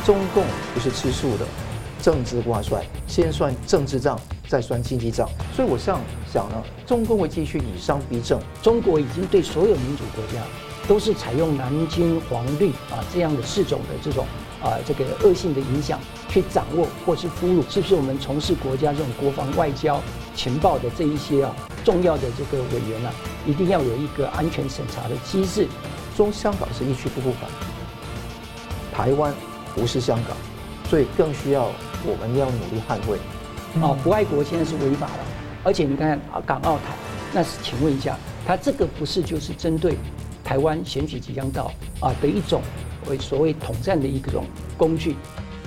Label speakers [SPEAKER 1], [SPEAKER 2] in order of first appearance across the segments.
[SPEAKER 1] 中共不是吃素的，政治挂帅，先算政治账，再算经济账。所以我想呢，中共会继续以商逼政。
[SPEAKER 2] 中国已经对所有民主国家都是采用蓝金黄绿这样的4种的这种这个恶性的影响去掌握或是俘虏，是不是我们从事国家这种国防外交情报的这一些重要的这个委员一定要有一个安全审查的机制。
[SPEAKER 1] 说香港是一去不复返，台湾不是香港，所以更需要我们要努力捍卫。
[SPEAKER 2] 不爱国现在是违法了，而且你看港澳台，那是请问一下，它这个不是就是针对台湾选举即将到的一种所谓统战的一种工具？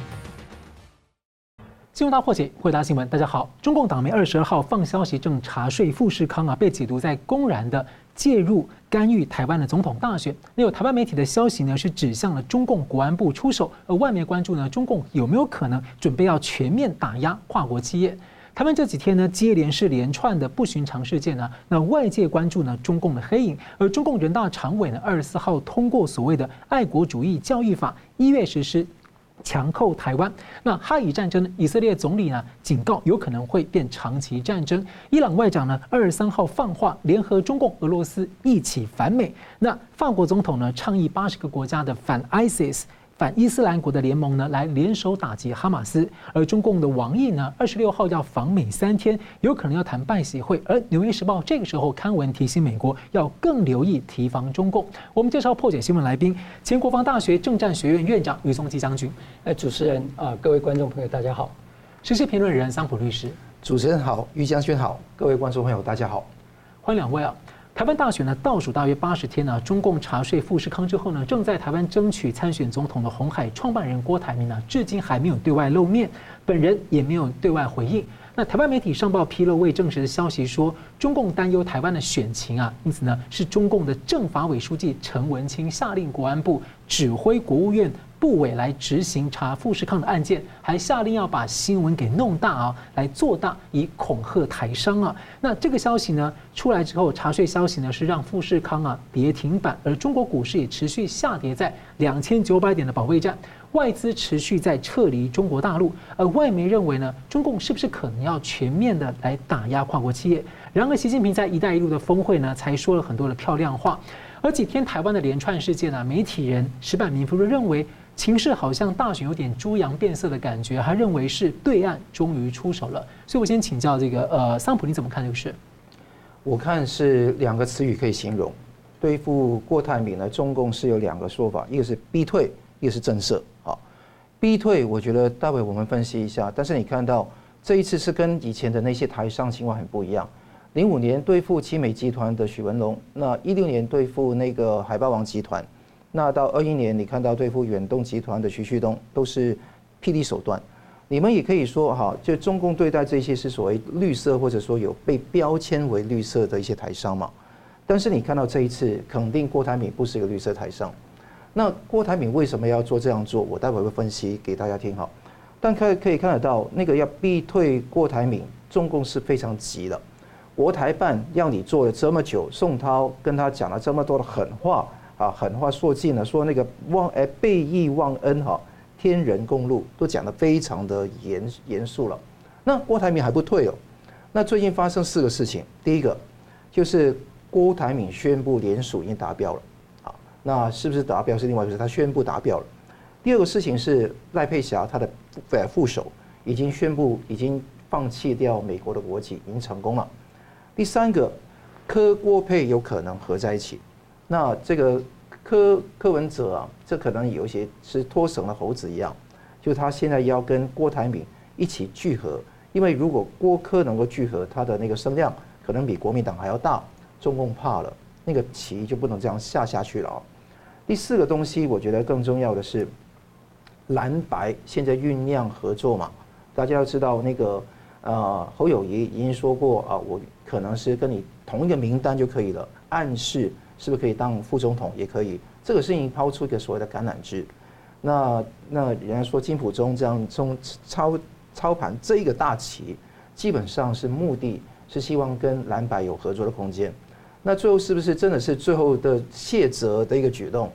[SPEAKER 3] 新闻大破解，回答新闻。大家好，中共党媒22号放消息正查税富士康被解读在公然的介入干预台湾的总统大选。那有台湾媒体的消息呢，是指向了中共国安部出手，而外媒关注呢，中共有没有可能准备要全面打压跨国企业？台湾这几天呢，接连是连串的不寻常事件呢，那外界关注呢中共的黑影，而中共人大常委呢24号通过所谓的爱国主义教育法，1月实施。强扣台湾，那哈以战争，以色列总理呢警告有可能会变长期战争。伊朗外长呢23号放话，联合中共、俄罗斯一起反美。那法国总统呢倡议80个国家的反 ISIS。反伊斯兰国的联盟呢，来联手打击哈马斯。而中共的王毅呢，26号要访美3天，有可能要谈拜习会。而《纽约时报》这个时候刊文提醒美国要更留意提防中共。我们介绍破解新闻来宾，前国防大学政战学院院长于松基将军。
[SPEAKER 2] 主持人各位观众朋友，大家好。
[SPEAKER 3] 时事评论人桑普律师。
[SPEAKER 1] 主持人好，于将军好，各位观众朋友大家好，
[SPEAKER 3] 欢迎两位。台湾大选呢倒数大约80天呢，中共查税富士康之后呢，正在台湾争取参选总统的鸿海创办人郭台铭呢，至今还没有对外露面，本人也没有对外回应。那台湾媒体上报披露未证实的消息说，中共担忧台湾的选情因此呢，是中共的政法委书记陈文清下令国安部指挥国务院部委来执行查富士康的案件，还下令要把新闻给弄大来做大，以恐吓台商那这个消息呢出来之后，查税消息呢是让富士康跌停板，而中国股市也持续下跌在2900点的保卫战。外资持续在撤离中国大陆，而外媒认为呢，中共是不是可能要全面的来打压跨国企业？然而，习近平在“一带一路”的峰会呢，才说了很多的漂亮话。而几天台湾的连串事件媒体人石板民夫认为，情势好像大选有点猪羊变色的感觉，他认为是对岸终于出手了。所以我先请教这个桑普，你怎么看这个事？
[SPEAKER 1] 我看是2个词语可以形容，对付郭台铭呢，中共是有2个说法，一个是逼退，一个是震慑。逼退，我觉得待会我们分析一下。但是你看到这一次是跟以前的那些台商情况很不一样。05年对付奇美集团的许文龙，那16年对付那个海霸王集团，那到21年你看到对付远东集团的徐旭东，都是霹雳手段。你们也可以说就中共对待这些是所谓绿色，或者说有被标签为绿色的一些台商嘛。但是你看到这一次，肯定郭台铭不是一个绿色台商。那郭台铭为什么要这样做？我待会会分析给大家听但可以看得到，那个要逼退郭台铭，中共是非常急的。国台办要你做了这么久，宋涛跟他讲了这么多的狠话狠话说尽了，说那个背义忘恩天人共怒都讲得非常的严肃了。那郭台铭还不退那最近发生4个事情，第一个就是郭台铭宣布联署已经达标了。那是不是达标是另外一回事，他宣布达标了。第2个事情是赖佩霞他的副手已经宣布已经放弃掉美国的国籍，已经成功了。第3个，柯郭配有可能合在一起。那这个柯文哲这可能有一些是脱绳的猴子一样，就他现在要跟郭台铭一起聚合，因为如果郭柯能够聚合，他的那个声量可能比国民党还要大，中共怕了，那个棋就不能这样下去了第4个东西，我觉得更重要的是，蓝白现在酝酿合作嘛。大家要知道，那个侯友宜已经说过我可能是跟你同一个名单就可以了，暗示是不是可以当副总统也可以。这个事情抛出一个所谓的橄榄枝。那人家说金溥中这样操盘这一个大棋，基本上是目的是希望跟蓝白有合作的空间。那最后是不是真的是最后的卸责的一个举动，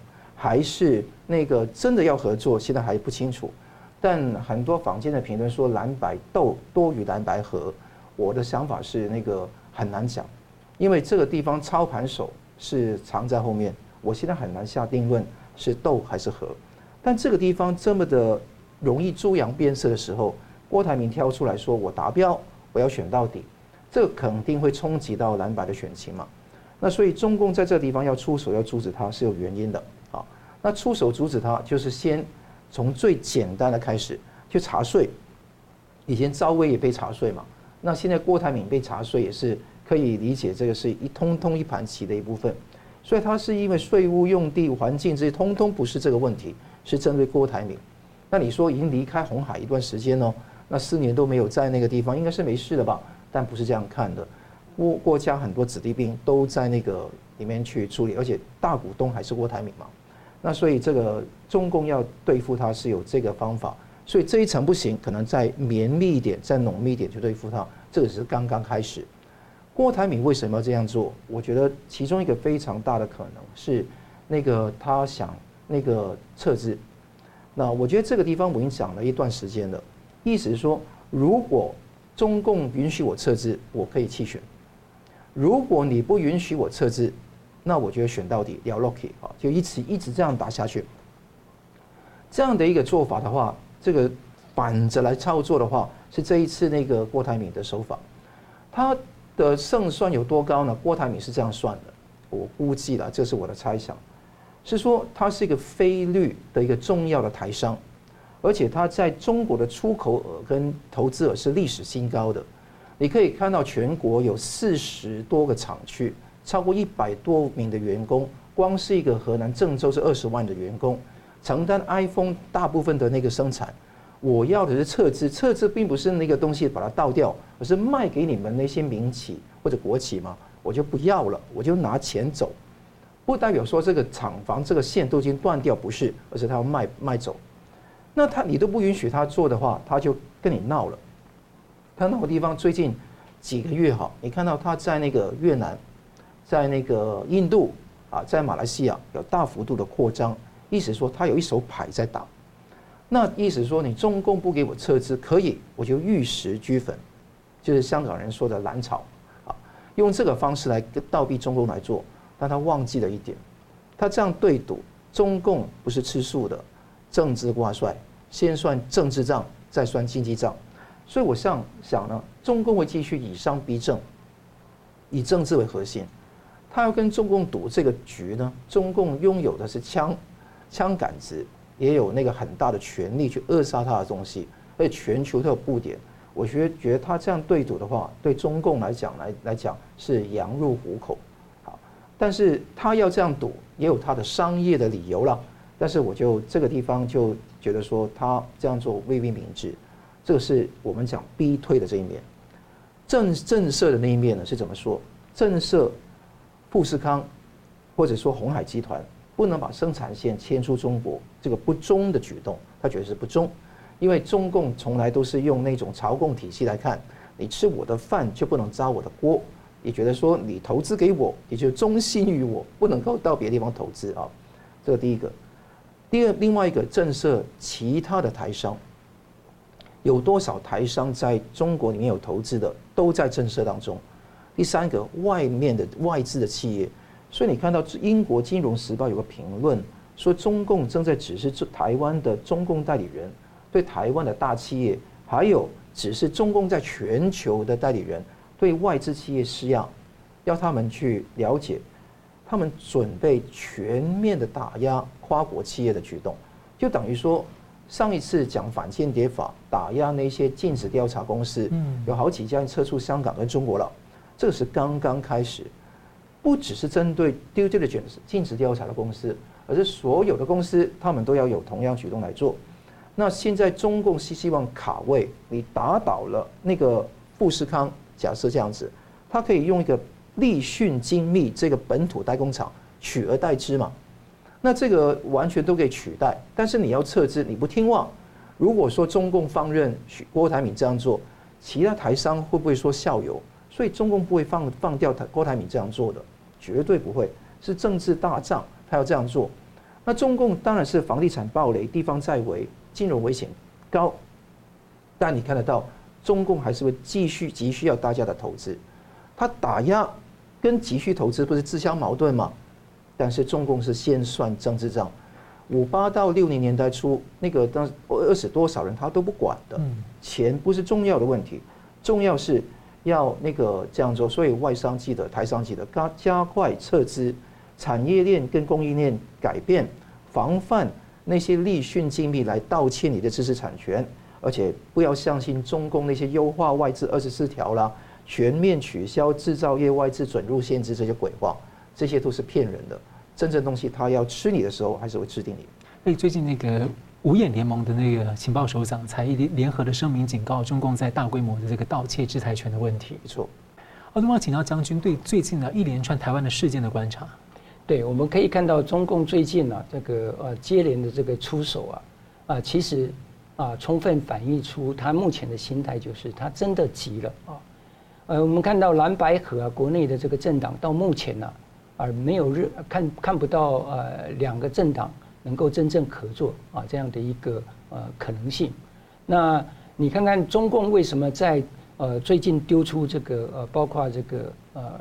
[SPEAKER 1] 还是那个真的要合作，现在还不清楚。但很多坊间的评论说蓝白斗多于蓝白合，我的想法是那个很难讲，因为这个地方操盘手是藏在后面，我现在很难下定论是斗还是和。但这个地方这么的容易猪羊变色的时候，郭台铭挑出来说我达标，我要选到底，这个肯定会冲击到蓝白的选情嘛。那所以中共在这个地方要出手要阻止他是有原因的啊。那出手阻止他就是先从最简单的开始，去查税。以前赵薇也被查税嘛，那现在郭台铭被查税也是可以理解，这个是通通一盘棋的一部分。所以他是因为税务、用地、环境这些通通不是这个问题，是针对郭台铭。那你说已经离开鸿海一段时间哦，那4年都没有在那个地方，应该是没事了吧？但不是这样看的。郭家很多子弟兵都在那个里面去处理，而且大股东还是郭台铭嘛。那所以这个中共要对付他是有这个方法，所以这一层不行，可能再绵密一点、再浓密一点去对付他，这个只是刚刚开始。郭台铭为什么要这样做？我觉得其中一个非常大的可能是那个他想那个撤资。那我觉得这个地方我已经讲了一段时间了，意思是说，如果中共允许我撤资，我可以弃选；如果你不允许我撤资，那我觉得选到底了 Loki 啊，就一直这样打下去。这样的一个做法的话，这个反着来操作的话，是这一次那个郭台铭的手法。他的胜算有多高呢？郭台铭是这样算的，我估计了，这是我的猜想，是说他是一个非绿的一个重要的台商，而且他在中国的出口额跟投资额是历史新高的。你可以看到全国有40多个厂区。超过100多名的员工，光是一个河南郑州是20万的员工，承担 iPhone 大部分的那个生产。我要的是撤资，撤资并不是那个东西把它倒掉，而是卖给你们那些民企或者国企嘛，我就不要了，我就拿钱走。不代表说这个厂房这个线都已经断掉，不是，而是他要卖走。那你都不允许他做的话，他就跟你闹了。他闹的地方最近几个月哈，你看到他在那个越南。在那个印度啊，在马来西亚有大幅度的扩张，意思说他有一手牌在打。那意思说你中共不给我撤资，可以，我就玉石俱焚，就是香港人说的蓝草啊，用这个方式来倒逼中共来做。但他忘记了一点，他这样对赌，中共不是吃素的，政治挂帅，先算政治账，再算经济账。所以我想呢，中共会继续以商逼政，以政治为核心。他要跟中共赌这个局呢，中共拥有的是枪杆子，也有那个很大的权力去扼杀他的东西，而且全球都有布点。我觉得他这样对赌的话，对中共来讲是羊入虎口。好，但是他要这样赌，也有他的商业的理由了。但是我就这个地方就觉得说，他这样做未必明智。这个是我们讲逼退的这一面。震慑的那一面呢是怎么说？震慑富士康或者说鸿海集团不能把生产线迁出中国，这个不忠的举动，他觉得是不忠，因为中共从来都是用那种朝贡体系来看，你吃我的饭就不能砸我的锅，也觉得说你投资给我，也就忠心于我，不能够到别的地方投资啊。这个第一个。另外一个震慑其他的台商，有多少台商在中国里面有投资的，都在震慑当中。第三个，外面的外资的企业，所以你看到英国《金融时报》有个评论说，中共正在指示台湾的中共代理人对台湾的大企业，还有指示中共在全球的代理人对外资企业施压，要他们去了解，他们准备全面的打压跨国企业的举动，就等于说上一次讲反间谍法打压那些禁止调查公司，有好几家撤出香港跟中国了。这个是刚刚开始，不只是针对 due diligence 禁止调查的公司，而是所有的公司，他们都要有同样举动来做。那现在中共是希望卡位，你打倒了那个富士康，假设这样子，他可以用一个立讯精密这个本土代工厂取而代之嘛？那这个完全都可以取代，但是你要撤资，你不听话。如果说中共放任郭台铭这样做，其他台商会不会说效尤？所以中共不会放掉郭台铭这样做的，绝对不会，是政治大仗，他要这样做。 那中共当然是房地产暴雷、地方债危、金融危险高，但你看得到，中共还是会继续急需要大家的投资。它打压跟急需投资不是自相矛盾吗？但是中共是先算政治账。58到60年代初，那个当20多少人他都不管的，钱不是重要的问题，重要是要那个这样做。所以外商记得、台商记得加快撤资，产业链跟供应链改变，防范那些立讯精密来盗窃你的知识产权，而且不要相信中共那些优化外资24条啦，全面取消制造业外资准入限制这些鬼话，这些都是骗人的。真正东西，他要吃你的时候，还是会吃定你。
[SPEAKER 3] 所以最近那个五眼联盟的那个情报首长才联合的声明警告中共在大规模的这个盗窃制裁权的问题。
[SPEAKER 1] 没错。
[SPEAKER 3] 那么请教将军对最近的一连串台湾的事件的观察。
[SPEAKER 2] 对，我们可以看到中共最近这个接连的这个出手其实充分反映出他目前的心态，就是他真的急了我们看到蓝白合国内的这个政党到目前没有看不到两个政党能够真正合作这样的一个可能性。那你看看中共为什么在最近丢出这个包括这个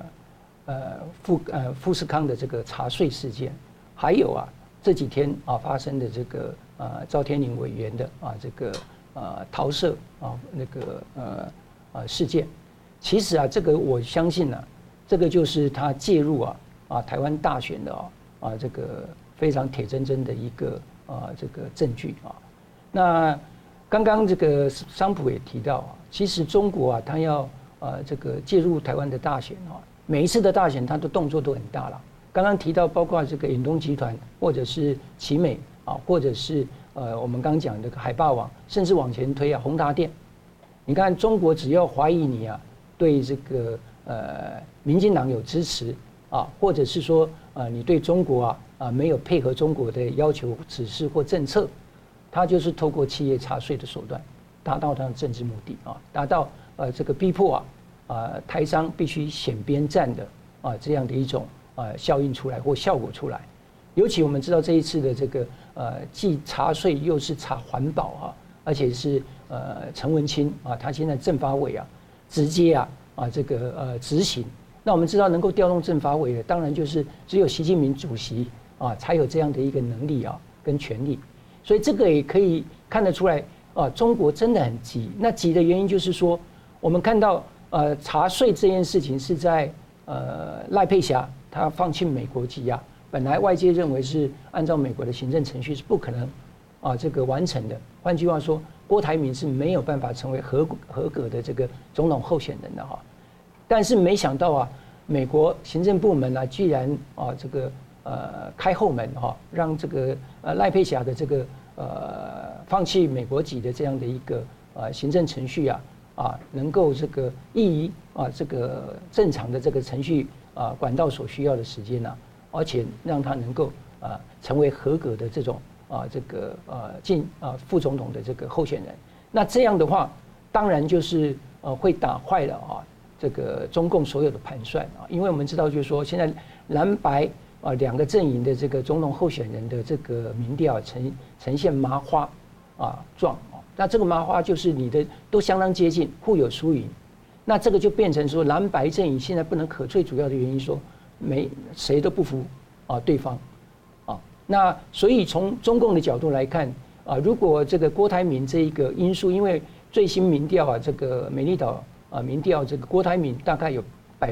[SPEAKER 2] 富士康的这个查税事件，还有这几天发生的这个赵天麟委员的这个桃色那个事件，其实这个我相信这个就是他介入台湾大选的这个非常铁铮铮的一个这个证据那刚刚这个桑普也提到其实中国他要这个介入台湾的大选每一次的大选他的动作都很大了。刚刚提到包括这个远东集团，或者是奇美或者是我们刚讲的海霸网，甚至往前推宏达电。你看中国只要怀疑你对这个民进党有支持或者是说你对中国没有配合中国的要求、指示或政策，他就是透过企业查税的手段，达到他的政治目的达到这个逼迫台商必须选边站的这样的一种效应出来或效果出来。尤其我们知道这一次的这个既查税又是查环保而且是陈文清他现在政法委直接这个执行。那我们知道能够调动政法委的，当然就是只有习近平主席才有这样的一个能力跟权力。所以这个也可以看得出来中国真的很急。那急的原因就是说，我们看到查税这件事情是在赖佩霞他放弃美国籍本来外界认为是按照美国的行政程序是不可能这个完成的。换句话说，郭台铭是没有办法成为合格的这个总统候选人的但是没想到美国行政部门居然这个开后门让这个赖佩霞的这个放弃美国籍的这样的一个行政程序能够这个依这个正常的这个程序管道所需要的时间而且让他能够成为合格的这种这个副总统的这个候选人。那这样的话，当然就是会打坏了这个中共所有的盘算因为我们知道就是说现在蓝白两个阵营的这个总统候选人的这个民调呈现麻花状那这个麻花就是你的都相当接近，互有输赢。那这个就变成说蓝白阵营现在不能可，最主要的原因说谁都不服对方那所以从中共的角度来看如果这个郭台铭这一个因素，因为最新民调这个美丽岛民调这个郭台铭大概有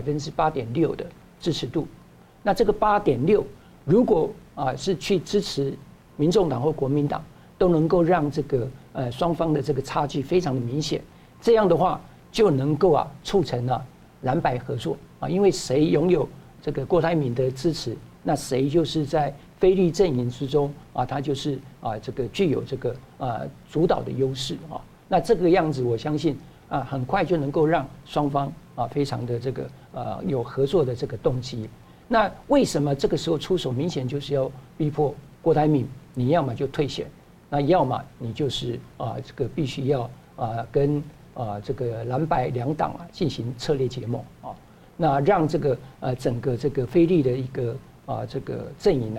[SPEAKER 2] 8.6%的支持度。那这个8.6%如果是去支持民众党或国民党，都能够让这个双方的这个差距非常的明显。这样的话就能够促成蓝白合作因为谁拥有这个郭台铭的支持，那谁就是在非绿阵营之中他就是这个具有这个主导的优势那这个样子我相信很快就能够让双方非常的这个有合作的这个动机。那为什么这个时候出手，明显就是要逼迫郭台铭，你要么就退选，那要么你就是这个必须要跟这个蓝白两党进行策略结盟那让这个整个这个非绿的一个这个阵营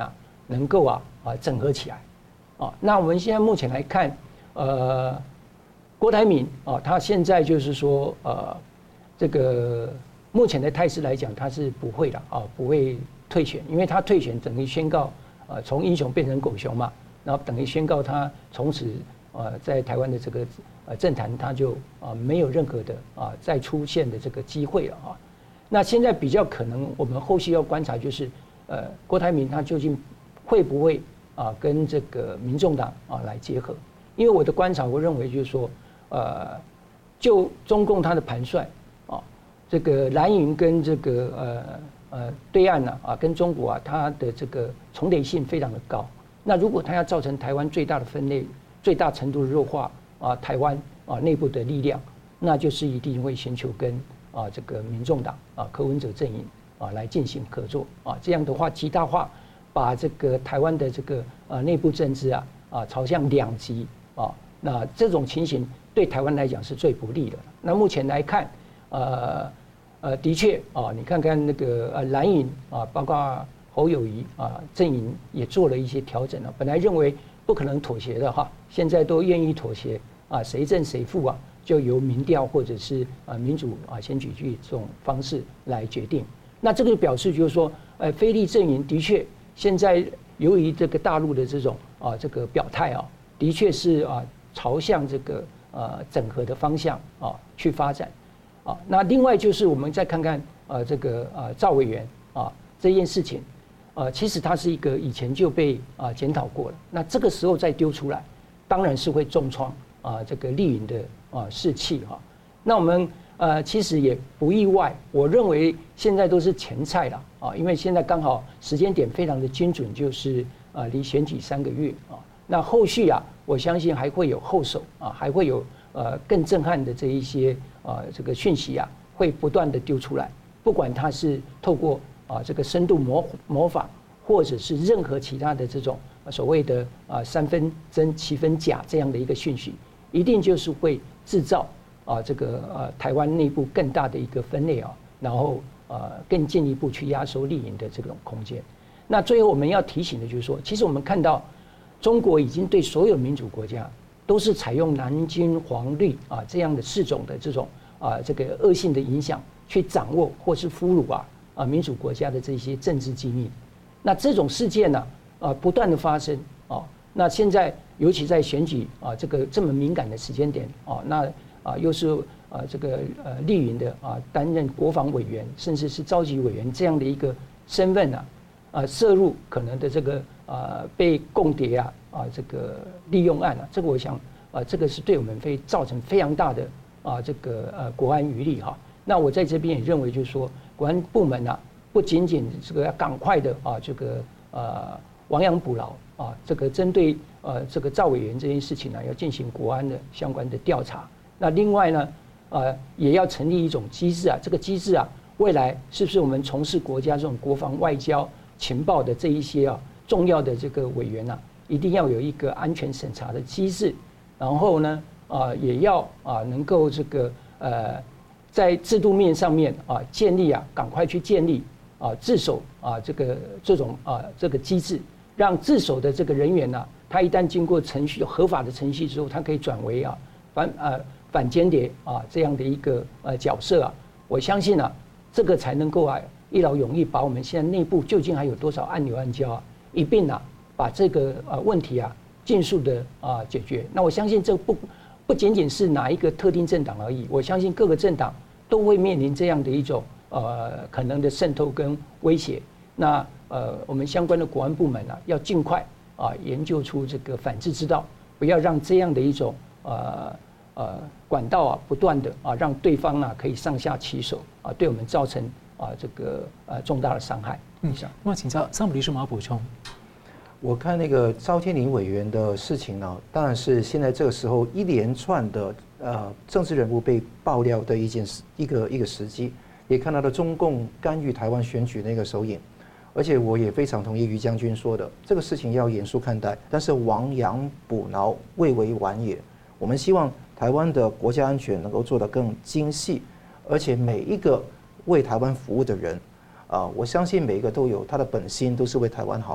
[SPEAKER 2] 能够整合起来。那我们现在目前来看，郭台铭他现在就是说这个目前的态势来讲，他是不会的不会退选，因为他退选等于宣告从英雄变成狗熊嘛，然后等于宣告他从此在台湾的这个政坛他就没有任何的再出现的这个机会了那现在比较可能我们后续要观察就是郭台铭他究竟会不会跟这个民众党来结合？因为我的观察，我认为就是说，就中共他的盘算这个蓝营跟这个对岸跟中国它的这个重叠性非常的高。那如果它要造成台湾最大的分裂、最大程度的弱化台湾内部的力量，那就是一定会寻求跟这个民众党柯文哲阵营来进行合作这样的话极大化把这个台湾的这个内部政治朝向两极那这种情形对台湾来讲是最不利的。那目前来看，的确你看看那个蓝营包括侯友宜阵营也做了一些调整本来认为不可能妥协的现在都愿意妥协谁胜谁负就由民调或者是民主选举这种方式来决定。那这个表示就是说，非利阵营的确现在由于这个大陆的这种这个表态的确是朝向这个整合的方向去发展那另外就是我们再看看这个赵委员这件事情其实它是一个以前就被检讨过了，那这个时候再丢出来，当然是会重创这个绿营的士气那我们其实也不意外，我认为现在都是前菜了因为现在刚好时间点非常的精准，就是离选举3个月那后续我相信还会有后手还会有更震撼的这一些这个讯息会不断的丢出来，不管它是透过这个深度模仿，或者是任何其他的这种所谓的3分真7分假这样的一个讯息，一定就是会制造这个台湾内部更大的一个分裂然后更进一步去压缩绿营的这种空间。那最后我们要提醒的就是说，其实我们看到中国已经对所有民主国家都是采用蓝金黄绿这样的4种的这种这个恶性的影响去掌握或是俘虏民主国家的这些政治机密。那这种事件不断的发生那现在尤其在选举这个这么敏感的时间点那又是这个绿营的担任国防委员甚至是召集委员这样的一个身份涉入可能的这个被共谍这个利用案这个我想这个是对我们造成非常大的这个国安余力那我在这边也认为就是说国安部门不仅仅这个要赶快的这个亡羊补牢这个针对这个赵委员这件事情要进行国安的相关的调查。那另外呢也要成立一种机制这个机制未来是不是我们从事国家这种国防外交情报的这一些重要的这个委员一定要有一个安全审查的机制，然后呢也要能够这个在制度面上面建立赶快去建立自首这种这个机制，让自首的这个人员他一旦经过程序合法的程序之后，他可以转为反间谍这样的一个角色我相信这个才能够一劳永逸把我们现在内部究竟还有多少暗流暗礁一并把这个问题尽速的解决。那我相信这不仅仅是哪一个特定政党而已，我相信各个政党都会面临这样的一种可能的渗透跟威胁。那我们相关的国安部门要尽快研究出这个反制之道，不要让这样的一种管道不断的让对方可以上下其手对我们造成这个重大的伤害。
[SPEAKER 3] 那么请教桑普律师要补充。
[SPEAKER 1] 我看那个赵天麟委员的事情呢，当然是现在这个时候一连串的政治人物被爆料的一个时机，也看到了中共干预台湾选举那个手影。而且我也非常同意于将军说的，这个事情要严肃看待，但是亡羊补牢未为晚也。我们希望台湾的国家安全能够做得更精细，而且每一个为台湾服务的人我相信每一个都有他的本心，都是为台湾好。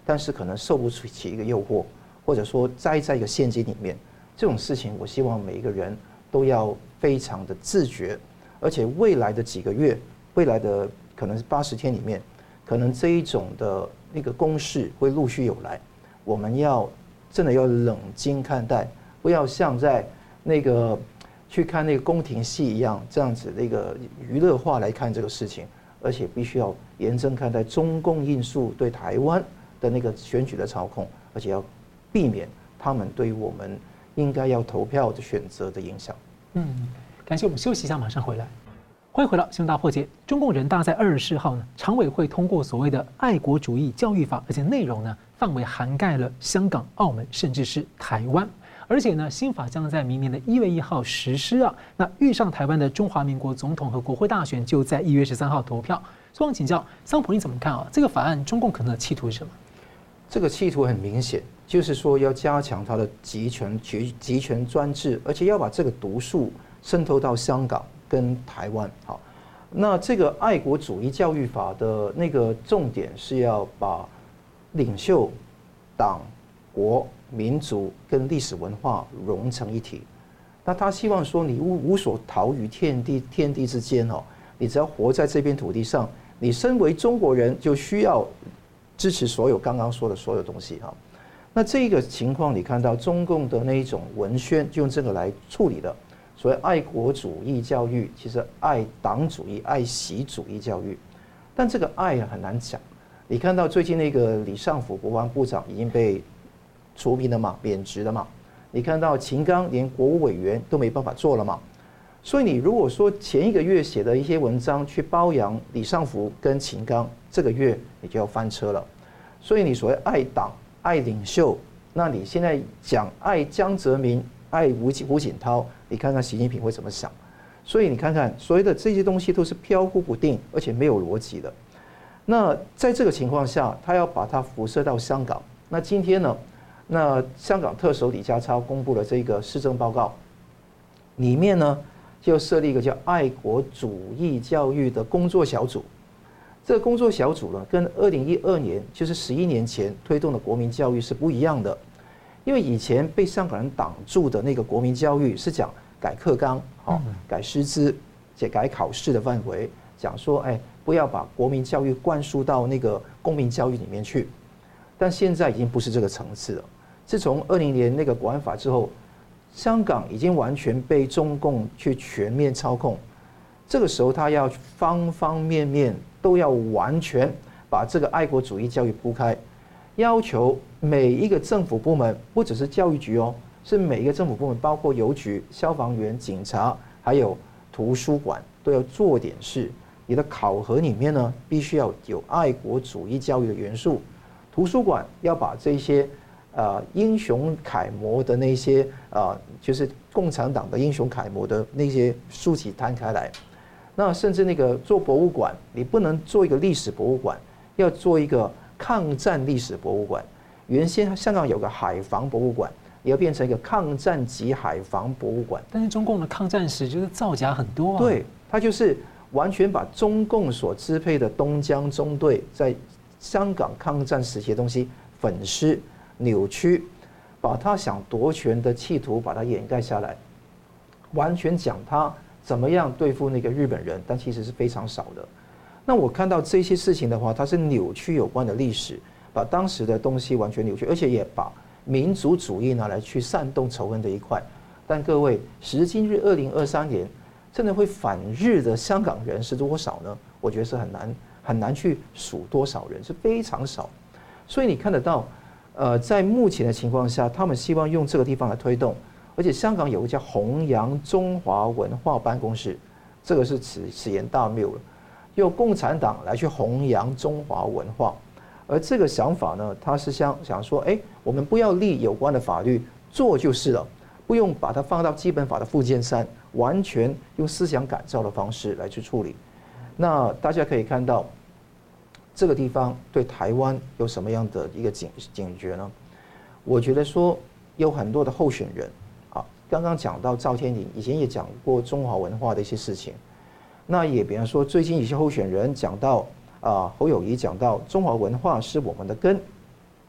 [SPEAKER 1] 但是可能受不起一个诱惑，或者说栽在一个陷阱里面。这种事情，我希望每一个人都要非常的自觉，而且未来的几个月，未来的可能是80天里面，可能这一种的那个公式会陆续有来，我们要真的要冷静看待，不要像在那个去看那个宫廷戏一样，这样子那个娱乐化来看这个事情，而且必须要严正看待中共因素对台湾的那个选举的操控，而且要避免他们对于我们应该要投票的选择的影响。
[SPEAKER 3] 感谢，我们休息一下，马上回来。欢迎回到《新闻大破解》。中共人大在24号呢，常委会通过所谓的爱国主义教育法，而且内容呢范围涵盖了香港、澳门，甚至是台湾。而且呢，新法将在明年的1月1号实施啊。那遇上台湾的中华民国总统和国会大选，就在1月13号投票。所以我想请教桑普，你怎么看啊？这个法案中共可能的企图是什么？
[SPEAKER 1] 这个企图很明显，就是说要加强它的集权专制，而且要把这个毒素渗透到香港跟台湾。好，那这个爱国主义教育法的那个重点是要把领袖、党、国、民族跟历史文化融成一体。那他希望说，你无所逃于天地之间哦，你只要活在这片土地上，你身为中国人就需要支持所有刚刚说的所有东西哈。那这个情况，你看到中共的那一种文宣，就用这个来处理的。所谓爱国主义教育，其实爱党主义、爱习主义教育，但这个爱很难讲。你看到最近那个李尚福国防部长已经被除名了嘛，贬值了嘛？你看到秦刚连国务委员都没办法做了嘛？所以你如果说前一个月写的一些文章去褒扬李尚福跟秦刚，这个月你就要翻车了。所以你所谓爱党、爱领袖，那你现在讲爱江泽民、爱胡锦涛，你看看习近平会怎么想？所以你看看所谓的这些东西都是飘忽不定，而且没有逻辑的。那在这个情况下，他要把它辐射到香港。那今天呢？那香港特首李家超公布了这个施政报告，里面呢就设立一个叫爱国主义教育的工作小组。这个工作小组呢，跟2012年，就是11年前推动的国民教育是不一样的。因为以前被香港人挡住的那个国民教育是讲改课纲、改师资、改考试的范围，讲说不要把国民教育灌输到那个公民教育里面去。但现在已经不是这个层次了。自从20年那个国安法之后，香港已经完全被中共去全面操控。这个时候，他要方方面面都要完全把这个爱国主义教育铺开，要求每一个政府部门，不只是教育局哦，是每一个政府部门，包括邮局、消防员、警察，还有图书馆，都要做点事。你的考核里面呢，必须要有爱国主义教育的元素。图书馆要把这些英雄楷模的那些就是共产党的英雄楷模的那些书籍摊开来。那甚至那个做博物馆，你不能做一个历史博物馆，要做一个抗战历史博物馆。原先香港有个海防博物馆，也要变成一个抗战级海防博物馆。
[SPEAKER 3] 但是中共的抗战史就是造假很多啊。
[SPEAKER 1] 对，它就是完全把中共所支配的东江中队在香港抗战时期的东西粉饰、扭曲，把他想夺权的企图把它掩盖下来，完全讲他怎么样对付那个日本人，但其实是非常少的。那我看到这些事情的话，它是扭曲有关的历史，把当时的东西完全扭曲，而且也把民族主义拿来去煽动仇恨的一块。但各位，时今日2023年，真的会反日的香港人是多少呢？我觉得是很难去数多少人，是非常少。所以你看得到，在目前的情况下，他们希望用这个地方来推动，而且香港有个叫弘扬中华文化办公室，这个是此言大谬了，用共产党来去弘扬中华文化，而这个想法呢，他是想说，我们不要立有关的法律，做就是了，不用把它放到基本法的附件3，完全用思想改造的方式来去处理。那大家可以看到，这个地方对台湾有什么样的一个警觉呢？我觉得说有很多的候选人啊，刚刚讲到赵天麟，以前也讲过中华文化的一些事情。那也比方说，最近有些候选人讲到侯友宜讲到中华文化是我们的根，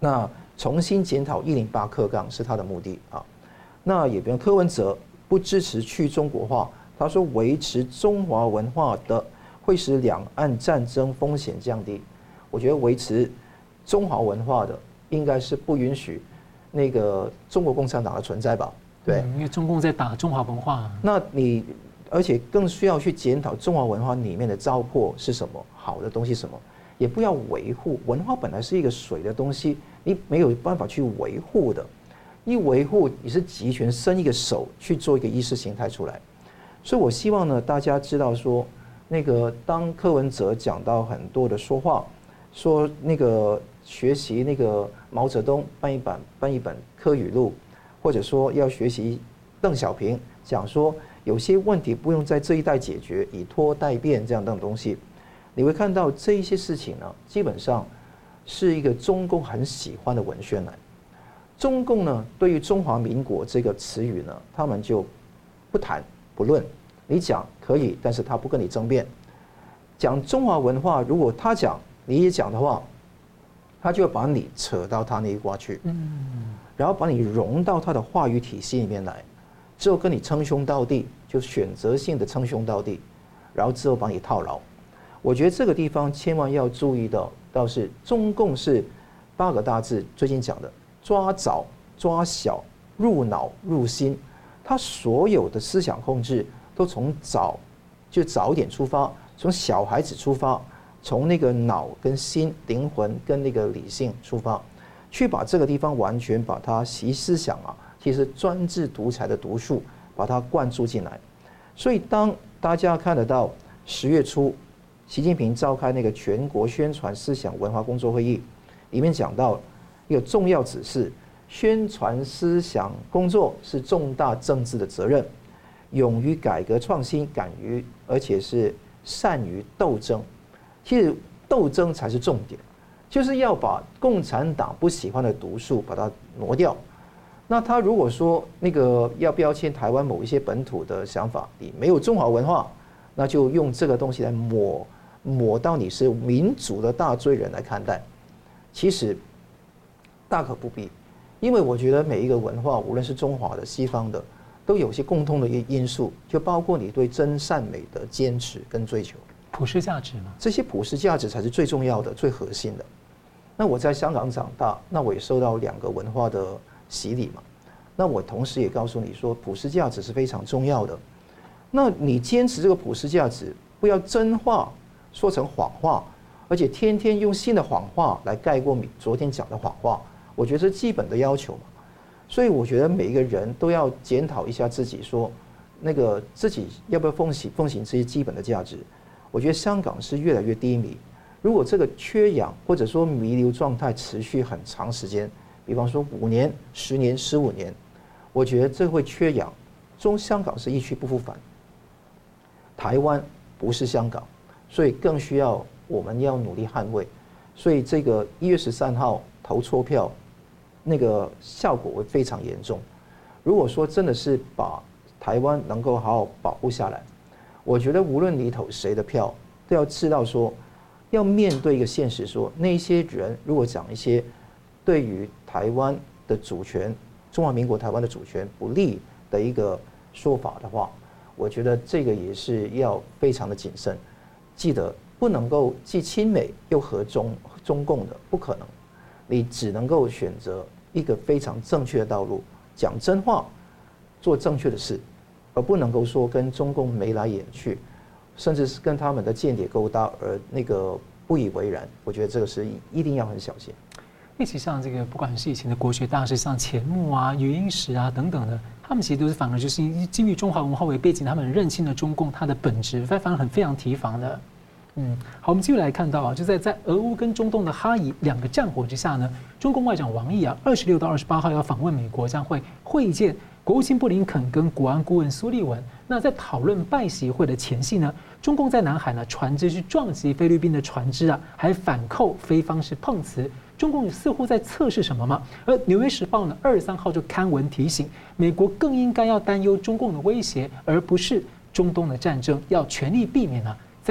[SPEAKER 1] 那重新检讨108课纲是他的目的啊。那也比如柯文哲不支持去中国化，他说维持中华文化的会使两岸战争风险降低。我觉得维持中华文化的应该是不允许那个中国共产党的存在吧？对，
[SPEAKER 3] 因为中共在打中华文化。
[SPEAKER 1] 那你而且更需要去检讨中华文化里面的糟粕是什么，好的东西什么，也不要维护。文化本来是一个水的东西，你没有办法去维护的。一维护，你是集权伸一个手去做一个意识形态出来。所以我希望呢，大家知道说，那个当柯文哲讲到很多的说话，说那个学习那个毛泽东办一本科语录，或者说要学习邓小平讲说有些问题不用在这一代解决，以拖代变这样的东西，你会看到这一些事情呢，基本上是一个中共很喜欢的文宣来。中共呢，对于中华民国这个词语呢，他们就不谈不论。你讲可以，但是他不跟你争辩。讲中华文化，如果他讲你也讲的话，他就要把你扯到他那一挂去，然后把你融到他的话语体系里面来，之后跟你称兄道弟，就选择性的称兄道弟，然后之后把你套牢。我觉得这个地方千万要注意到是中共是8个大字，最近讲的。抓早、抓小、入脑、入心，他所有的思想控制都从早一点出发，从小孩子出发，从那个脑跟心、灵魂跟那个理性出发，去把这个地方完全把它习思想啊，其实专制独裁的毒素把它灌注进来。所以当大家看得到10月初，习近平召开那个全国宣传思想文化工作会议，里面讲到。一个重要指示，宣传思想工作是重大政治的责任，勇于改革创新，而且是善于斗争。其实斗争才是重点，就是要把共产党不喜欢的毒素把它挪掉。那他如果说那个要标签台湾某一些本土的想法，你没有中华文化，那就用这个东西来抹到你是民主的大罪人来看待。其实。大可不必，因为我觉得每一个文化，无论是中华的、西方的，都有些共通的因素，就包括你对真善美的坚持跟追求，
[SPEAKER 3] 普世价值嘛。
[SPEAKER 1] 这些普世价值才是最重要的、最核心的。那我在香港长大，那我也受到2个文化的洗礼嘛。那我同时也告诉你说，普世价值是非常重要的。那你坚持这个普世价值，不要真话说成谎话，而且天天用新的谎话来盖过你昨天讲的谎话。我觉得是基本的要求嘛，所以我觉得每一个人都要检讨一下自己，说那个自己要不要奉行这些基本的价值。我觉得香港是越来越低迷，如果这个缺氧或者说弥留状态持续很长时间，比方说5年、10年、15年，我觉得这会缺氧，香港是一去不复返。台湾不是香港，所以更需要我们要努力捍卫。所以这个1月13号投错票。那个效果会非常严重。如果说真的是把台湾能够好好保护下来，我觉得无论你投谁的票，都要知道说，要面对一个现实说，那些人如果讲一些对于台湾的主权、中华民国台湾的主权不利的一个说法的话，我觉得这个也是要非常的谨慎。记得不能够既亲美又和中共的，不可能。你只能够选择一个非常正确的道路，讲真话，做正确的事，而不能够说跟中共眉来眼去，甚至是跟他们的间谍勾搭而那个不以为然。我觉得这个是一定要很小心。
[SPEAKER 3] 一起像这个，不管是以前的国学大师，像钱穆啊、余英时啊等等的，他们其实都是反而就是基于中华文化为背景，他们认清了中共它的本质，反而非常提防的。好，我们继续来看到啊，就在俄乌跟中东的哈以2个战火之下呢，中共外长王毅啊，26到28号要访问美国，将会会见国务卿布林肯跟国安顾问苏利文。那在讨论拜习会的前夕呢，中共在南海呢船只去撞击菲律宾的船只啊，还反扣菲方是碰瓷。中共似乎在测试什么吗？而《纽约时报》呢23号就刊文提醒，美国更应该要担忧中共的威胁，而不是中东的战争，要全力避免呢在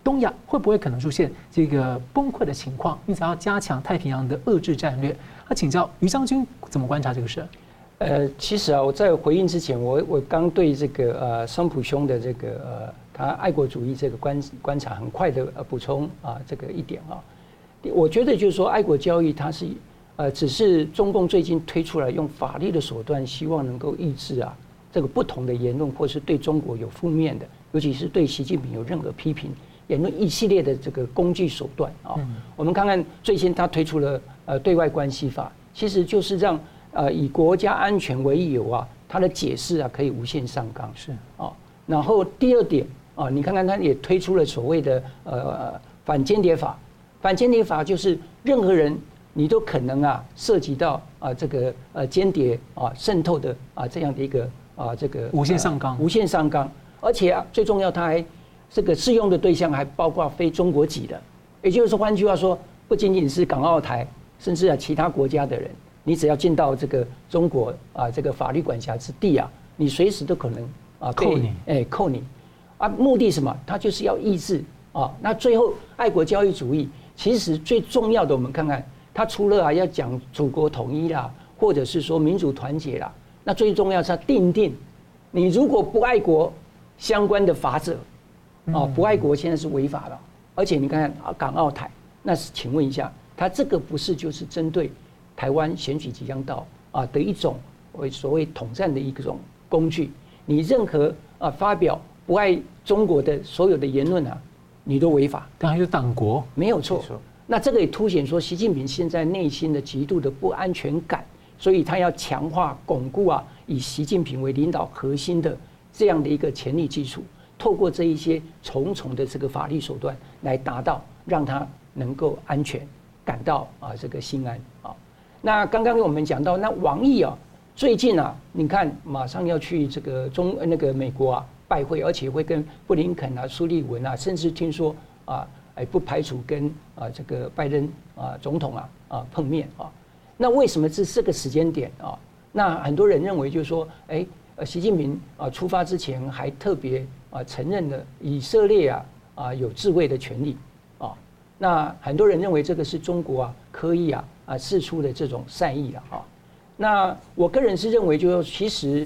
[SPEAKER 3] 东亚会不会可能出现这个崩溃的情况？因此要加强太平洋的遏制战略。那请教于将军怎么观察这个事？
[SPEAKER 2] 其实啊，我在回应之前，我刚对这个桑普兄的这个他爱国主义这个观察很快的补充这个一点啊，我觉得就是说爱国教育它是只是中共最近推出来用法律的手段，希望能够抑制这个不同的言论，或是对中国有负面的，尤其是对习近平有任何批评言论一系列的这个工具手段啊。我们看看最新他推出了对外关系法，其实就是让以国家安全为由他的解释可以无限上纲是然后第二点你看看他也推出了所谓的反间谍法，反间谍法就是任何人你都可能涉及到这个间谍渗透的这样的一个这个
[SPEAKER 3] 无限上纲，
[SPEAKER 2] 无限上纲，而且最重要，它还这个适用的对象还包括非中国籍的，也就是说，换句话说，不仅仅是港澳台，甚至其他国家的人，你只要进到这个中国这个法律管辖之地你随时都可能
[SPEAKER 3] 扣你，
[SPEAKER 2] 扣你目的什么？它就是要抑制那最后爱国教育主义，其实最重要的，我们看看。他除了要讲祖国统一啦，或者是说民主团结啦，那最重要是要定你如果不爱国相关的法则不爱国现在是违法了，而且你看港澳台，那是请问一下，他这个不是就是针对台湾选举即将到的一种所谓统战的一种工具？你任何发表不爱中国的所有的言论你都违法，
[SPEAKER 3] 当然就是党国，
[SPEAKER 2] 没有错。那这个也凸显说，习近平现在内心的极度的不安全感，所以他要强化、巩固以习近平为领导核心的这样的一个权力基础，透过这一些重重的这个法律手段来达到让他能够安全，感到这个心安那刚刚我们讲到，那王毅最近你看马上要去这个美国拜会，而且会跟布林肯苏利文甚至听说不排除跟这个拜登总统碰面那为什么是这个时间点那很多人认为就是说，习近平出发之前还特别承认了以色列有自卫的权利那很多人认为这个是中国刻意释出的这种善意那我个人是认为就是说，其实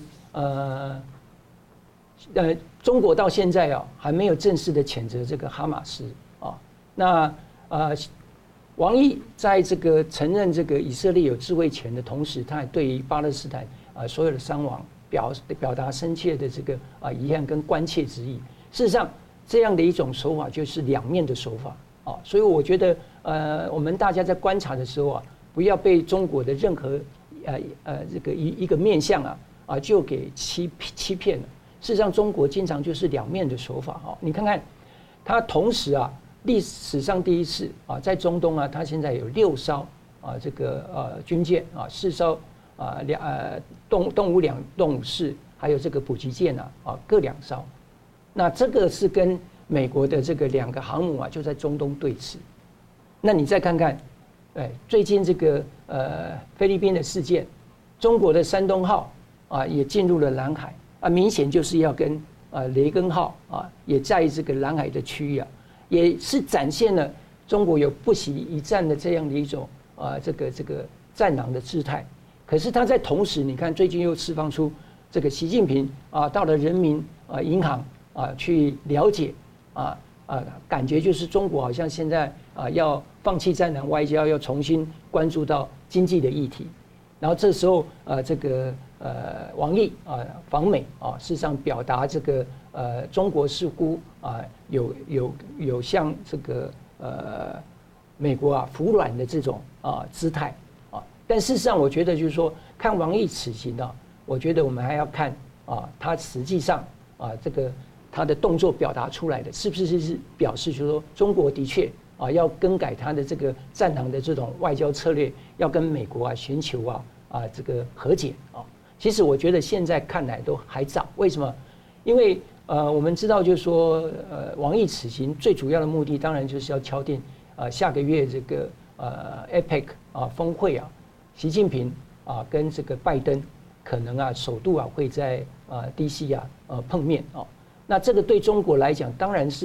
[SPEAKER 2] 中国到现在还没有正式的谴责这个哈马斯那王毅在这个承认这个以色列有自卫权的同时，他还对于巴勒斯坦所有的伤亡表达深切的这个遗憾跟关切之意。事实上，这样的一种手法就是两面的手法所以我觉得我们大家在观察的时候不要被中国的任何这个一个面向就给欺骗了。事实上，中国经常就是两面的手法你看看，他同时历史上第一次在中东它现在有6艘这个军舰4艘动物2、动物4，还有这个补给舰各2艘。那这个是跟美国的这个2个航母就在中东对峙。那你再看看，最近这个菲律宾的事件，中国的山东号也进入了南海明显就是要跟雷根号也在这个南海的区域也是展现了中国有不惜一战的这样的一种这个战狼的姿态。可是他在同时，你看最近又释放出这个习近平到了人民银行去了解感觉就是中国好像现在要放弃战狼外交，要重新关注到经济的议题。然后这时候这个王毅访美事实上表达这个中国似乎有向这个美国服软的这种姿态但事实上我觉得就是说，看王毅此行我觉得我们还要看他实际上这个他的动作表达出来的是不是表示就是说中国的确要更改他的这个战狼的这种外交策略，要跟美国寻求这个和解其实我觉得现在看来都还早。为什么？因为我们知道就是说王毅此行最主要的目的当然就是要敲定下个月这个APEC 峰会习近平跟这个拜登可能首度会在DC 碰面那这个对中国来讲当然是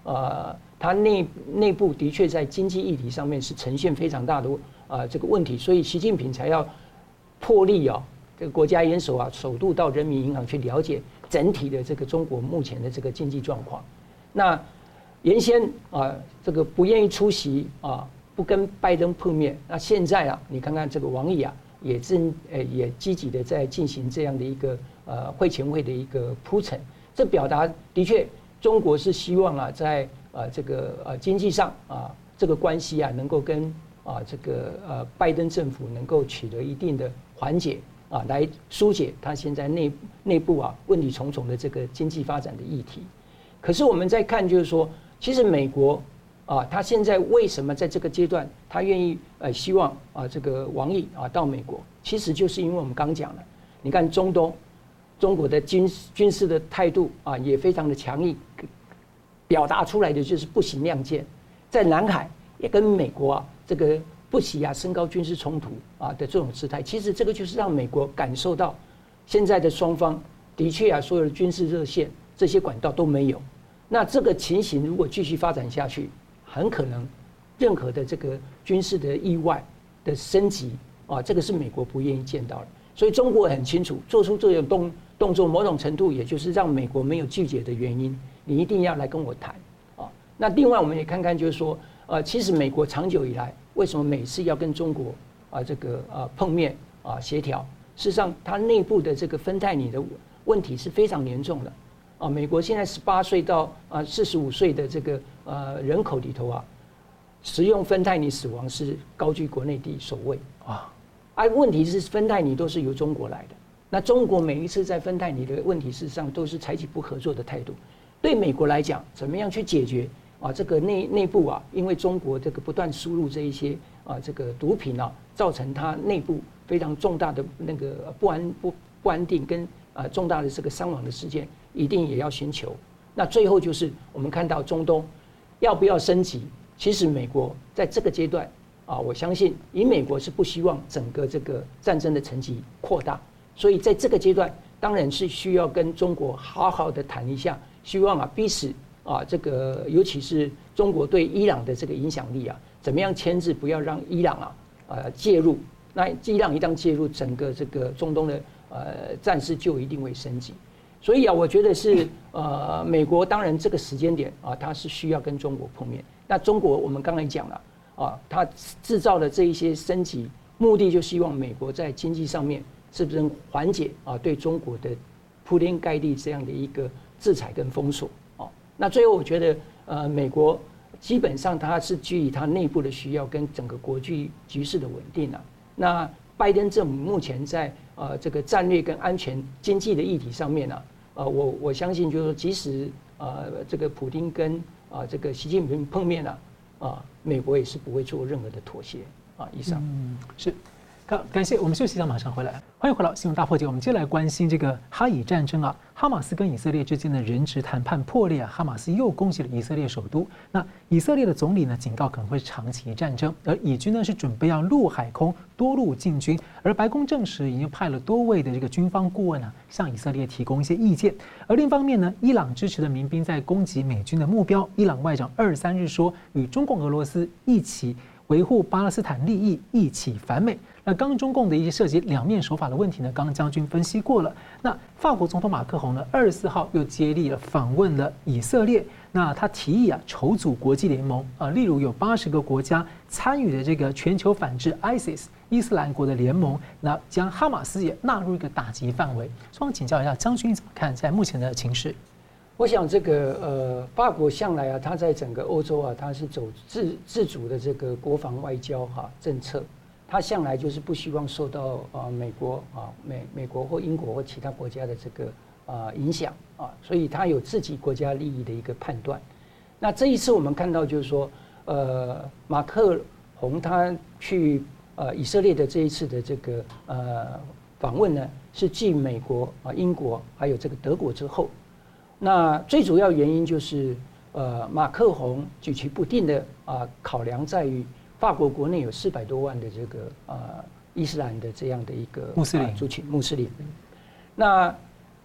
[SPEAKER 2] 它内部的确在经济议题上面是呈现非常大的这个问题，所以习近平才要破例这个国家元首首度到人民银行去了解整体的这个中国目前的这个经济状况。那原先这个不愿意出席不跟拜登碰面，那现在你看看这个王毅也积极的在进行这样的一个会前会的一个铺陈，这表达的确中国是希望在这个经济上这个关系能够跟这个拜登政府能够取得一定的缓解来疏解他现在内部问题重重的这个经济发展的议题。可是我们在看就是说，其实美国他现在为什么在这个阶段他愿意希望这个王毅到美国，其实就是因为我们刚讲了，你看中东中国的军事的态度也非常的强硬，表达出来的就是不行亮剑，在南海也跟美国这个不惜升高军事冲突的这种姿态，其实这个就是让美国感受到现在的双方的确所有的军事热线这些管道都没有。那这个情形如果继续发展下去，很可能任何的这个军事的意外的升级这个是美国不愿意见到的。所以中国很清楚，做出这种动作，某种程度也就是让美国没有拒绝的原因，你一定要来跟我谈那另外我们也看看，就是说其实美国长久以来为什么每次要跟中国这个碰面协调，事实上它内部的这个芬太尼的问题是非常严重的美国现在18岁到45岁的这个人口里头食用芬太尼死亡是高居国内首位问题是芬太尼都是由中国来的，那中国每一次在芬太尼的问题事实上都是采取不合作的态度。对美国来讲，怎么样去解决这个内部因为中国这个不断输入这一些这个毒品造成它内部非常重大的那个不安定跟重大的这个伤亡的事件，一定也要寻求。那最后就是我们看到中东要不要升级，其实美国在这个阶段我相信以美国是不希望整个这个战争的层级扩大，所以在这个阶段当然是需要跟中国好好的谈一下，希望逼使这个尤其是中国对伊朗的这个影响力怎么样牵制，不要让伊朗介入。那伊朗一旦介入，整个这个中东的战事就一定会升级。所以我觉得是美国当然这个时间点它是需要跟中国碰面。那中国我们刚才讲了它制造的这一些升级，目的就希望美国在经济上面是不是能缓解对中国的铺天盖地这样的一个制裁跟封锁那最后我觉得美国基本上它是基于它内部的需要跟整个国际局势的稳定那拜登政府目前在这个战略跟安全经济的议题上面我相信就是说即使这个普丁跟这个习近平碰面美国也是不会做任何的妥协以上
[SPEAKER 3] 是。好，感谢，我们休息一下，马上回来。欢迎回到新闻大破解，我们接下来关心这个哈以战争哈马斯跟以色列之间的人质谈判破裂哈马斯又攻击了以色列首都。那以色列的总理呢警告可能会长期战争，而以军呢是准备要陆海空多路进军，而白宫证实已经派了多位的这个军方顾问向以色列提供一些意见。而另一方面呢，伊朗支持的民兵在攻击美军的目标，伊朗外长23日说与中共、俄罗斯一起维护巴勒斯坦利益，一起反美。那刚刚中共的一些涉及两面手法的问题呢，刚刚将军分析过了。那法国总统马克宏呢，24号又接力了访问了以色列。那他提议筹组国际联盟例如有80个国家参与的这个全球反制 ISIS 伊斯兰国的联盟，那将哈马斯也纳入一个打击范围。所以请教一下将军怎么看在目前的情势？
[SPEAKER 2] 我想这个法国向来他在整个欧洲他是走自主的这个国防外交政策。他向来就是不希望受到美国美国或英国或其他国家的这个影响所以他有自己国家利益的一个判断。那这一次我们看到就是说马克宏他去以色列的这一次的这个访问呢，是继美国英国还有这个德国之后。那最主要原因就是马克宏举棋不定的考量在于法国国内有400多万的这个伊斯兰的这样的一个穆斯林族群穆斯林。那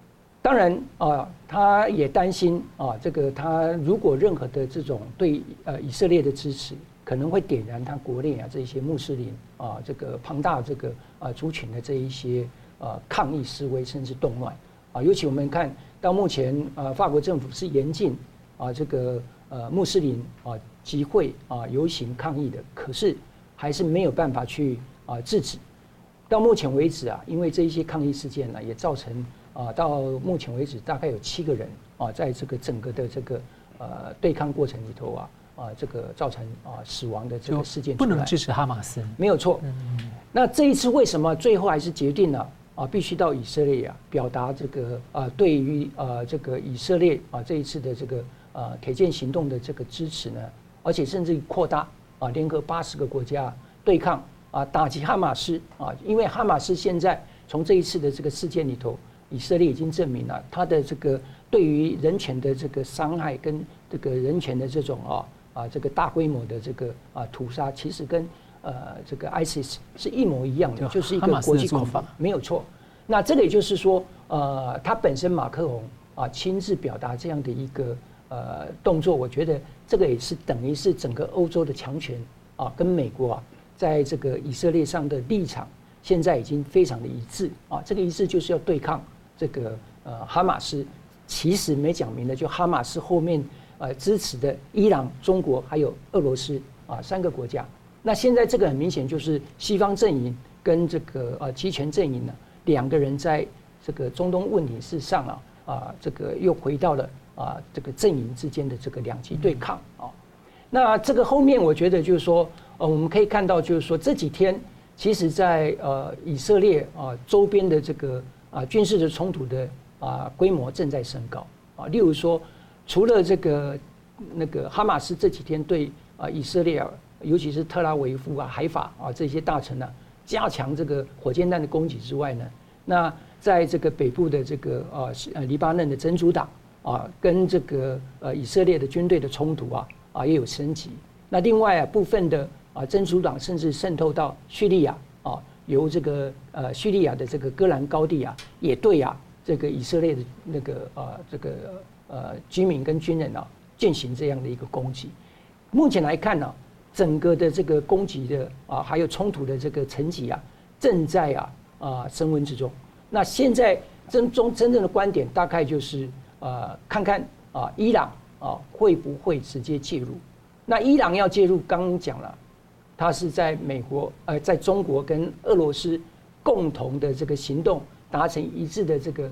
[SPEAKER 2] 当然他也担心这个他如果任何的这种对以色列的支持，可能会点燃他国内这些穆斯林这个庞大这个族群的这一些抗议示威甚至动乱尤其我们看到目前法国政府是严禁这个穆斯林集会游行抗议的，可是还是没有办法去制止。到目前为止因为这一些抗议事件呢，也造成到目前为止大概有7个人在这个整个的这个对抗过程里头这个造成死亡的这个事件出来，
[SPEAKER 3] 不能支持哈马斯，
[SPEAKER 2] 没有错。那这一次为什么最后还是决定了必须到以色列表达这个对于这个以色列这一次的这个铁剑行动的这个支持呢？而且甚至扩大联合80个国家对抗打击哈马斯因为哈马斯现在从这一次的这个事件里头，以色列已经证明了他的这个对于人权的这个伤害跟这个人权的这种这个大规模的这个屠杀，其实跟这个 ISIS 是一模一样的，就是一个国际恐怖，没有错。那这个也就是说，他本身马克龙亲自表达这样的一个动作，我觉得这个也是等于是整个欧洲的强权跟美国在这个以色列上的立场，现在已经非常的一致这个一致就是要对抗这个哈马斯。其实没讲明的，就哈马斯后面支持的伊朗、中国还有俄罗斯3个国家。那现在这个很明显就是西方阵营跟这个集权阵营呢，2个人在这个中东问题事上这个又回到了这个阵营之间的这个两极对抗那这个后面我觉得就是说我们可以看到就是说这几天其实在以色列周边的这个军事的冲突的规模正在升高例如说除了这个那个哈马斯这几天对以色列尤其是特拉维夫海法这些大城加强这个火箭弹的攻击之外呢，那在这个北部的这个黎巴嫩的真主党跟这个以色列的军队的冲突也有升级。那另外部分的真主党甚至渗透到叙利亚由这个叙利亚的这个戈兰高地也对这个以色列的那个这个居民跟军人进行这样的一个攻击。目前来看呢，整个的这个攻击的还有冲突的这个层级正在升温之中。那现在真正的观点大概就是看看伊朗会不会直接介入。那伊朗要介入，刚刚讲了，它是在美国在中国跟俄罗斯共同的这个行动达成一致的这个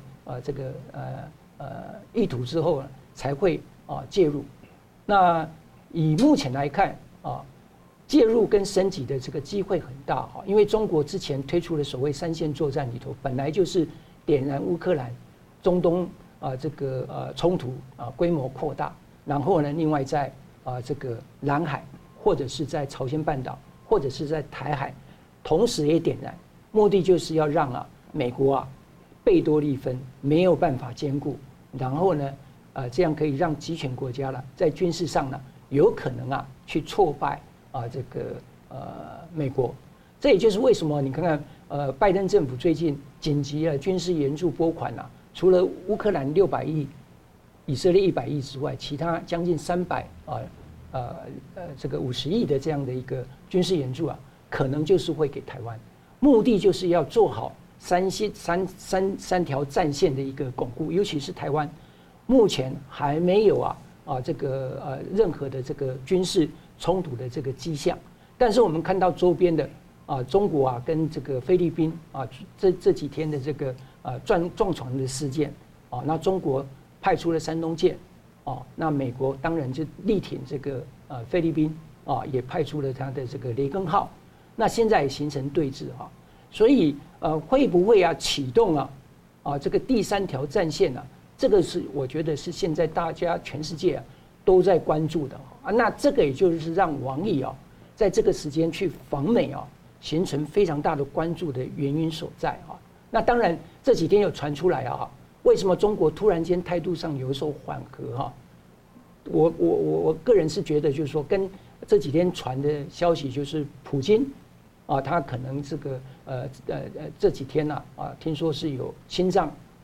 [SPEAKER 2] 意图之后才会介入。那以目前来看介入跟升级的这个机会很大因为中国之前推出的所谓3线作战里头，本来就是点燃乌克兰、中东这个冲突规模扩大，然后呢，另外在这个南海或者是在朝鲜半岛或者是在台海，同时也点燃，目的就是要让美国贝多利分，没有办法兼顾，然后呢这样可以让集权国家在军事上有可能去挫败这个美国。这也就是为什么你看看拜登政府最近紧急军事援助拨款除了乌克兰600亿、以色列100亿之外，其他将近300这个50亿的这样的一个军事援助可能就是会给台湾，目的就是要做好三条战线的一个巩固，尤其是台湾目前还没有这个任何的这个军事冲突的这个迹象，但是我们看到周边的中国跟这个菲律宾这几天的这个撞船的事件那中国派出了山东舰那美国当然就力挺这个菲律宾也派出了他的这个雷根号，那现在也形成对峙所以会不会启动这个第3条战线这个是我觉得是现在大家全世界都在关注的那这个也就是让王毅在这个时间去访美形成非常大的关注的原因所在那当然这几天有传出来为什么中国突然间态度上有所缓和我个人是觉得就是说跟这几天传的消息就是普京他可能这个这几天听说是有心脏